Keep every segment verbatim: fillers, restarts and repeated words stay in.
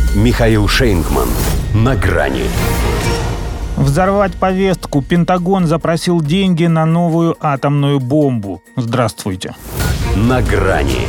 Михаил Шейнгман. На грани. Взорвать повестку. Пентагон запросил деньги на новую атомную бомбу. Здравствуйте. На грани.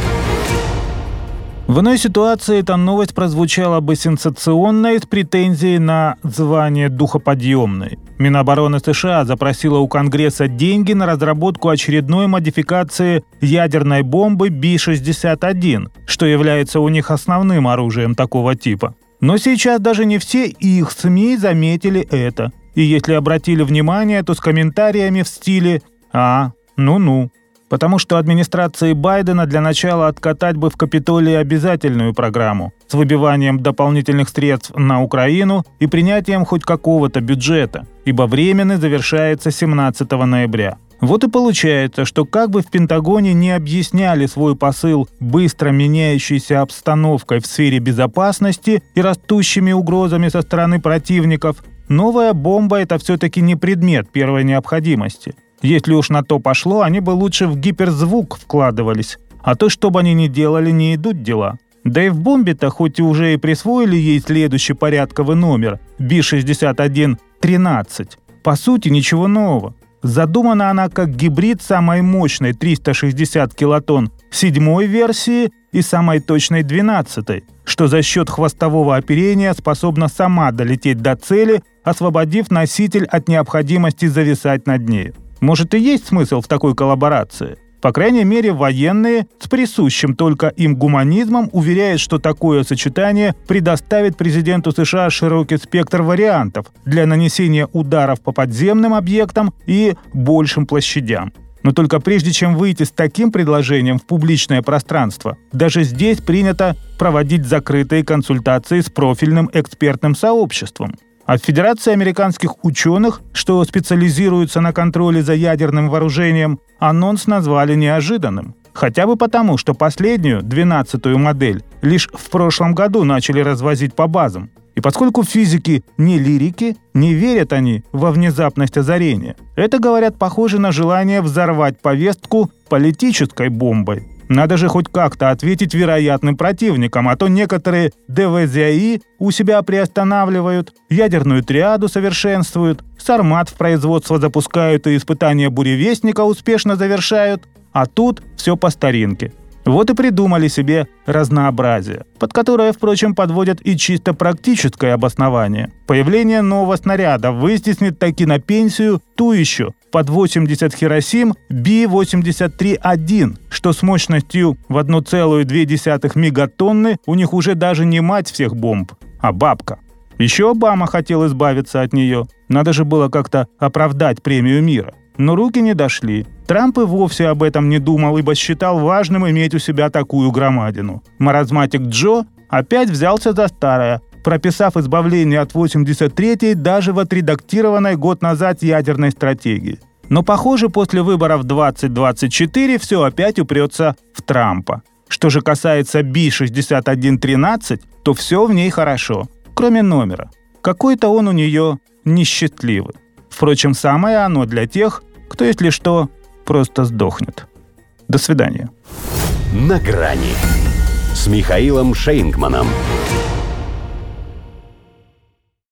В иной ситуации эта новость прозвучала бы сенсационной с претензией на звание духоподъемной. Минобороны США запросила у Конгресса деньги на разработку очередной модификации ядерной бомбы Би шестьдесят один, что является у них основным оружием такого типа. Но сейчас даже не все их СМИ заметили это. И если обратили внимание, то с комментариями в стиле «А, ну-ну». Потому что администрации Байдена для начала откатать бы в Капитолии обязательную программу с выбиванием дополнительных средств на Украину и принятием хоть какого-то бюджета, ибо временный завершается семнадцатого ноября. Вот и получается, что как бы в Пентагоне не объясняли свой посыл быстро меняющейся обстановкой в сфере безопасности и растущими угрозами со стороны противников, новая бомба – это все-таки не предмет первой необходимости. Если уж на то пошло, они бы лучше в гиперзвук вкладывались. А то, что бы они ни делали, не идут дела. Да и в бомбе-то хоть и уже и присвоили ей следующий порядковый номер Би шестьдесят один тринадцать. По сути, ничего нового. Задумана она как гибрид самой мощной триста шестьдесят килотонн седьмой версии и самой точной двенадцатой, что за счет хвостового оперения способна сама долететь до цели, освободив носитель от необходимости зависать над ней. Может, и есть смысл в такой коллаборации? По крайней мере, военные с присущим только им гуманизмом уверяют, что такое сочетание предоставит президенту США широкий спектр вариантов для нанесения ударов по подземным объектам и большим площадям. Но только прежде чем выйти с таким предложением в публичное пространство, даже здесь принято проводить закрытые консультации с профильным экспертным сообществом. А в Федерации американских ученых, что специализируются на контроле за ядерным вооружением, анонс назвали неожиданным. Хотя бы потому, что последнюю, двенадцатую модель, лишь в прошлом году начали развозить по базам. И поскольку физики не лирики, не верят они во внезапность озарения, это, говорят, похоже на желание взорвать повестку политической бомбой. Надо же хоть как-то ответить вероятным противникам, а то некоторые ДВЗИ у себя приостанавливают, ядерную триаду совершенствуют, Сармат в производство запускают и испытания буревестника успешно завершают, а тут все по старинке. Вот и придумали себе разнообразие, под которое, впрочем, подводят и чисто практическое обоснование. Появление нового снаряда вытеснит таки на пенсию ту еще под восемьдесят Хиросим Би восемьдесят три один, что с мощностью в одна целая две десятых мегатонны у них уже даже не мать всех бомб, а бабка. Еще Обама хотел избавиться от нее. Надо же было как-то оправдать премию мира. Но руки не дошли. Трамп и вовсе об этом не думал, ибо считал важным иметь у себя такую громадину. Маразматик Джо опять взялся за старое, прописав избавление от восемьдесят третьей даже в отредактированной год назад ядерной стратегии. Но, похоже, после выборов двадцать двадцать четыре все опять упрется в Трампа. Что же касается Би шестьдесят один тринадцать, то все в ней хорошо, кроме номера. Какой-то он у нее несчастливый. Впрочем, самое оно для тех, кто, если что, просто сдохнет. До свидания. На грани с Михаилом Шейнгманом.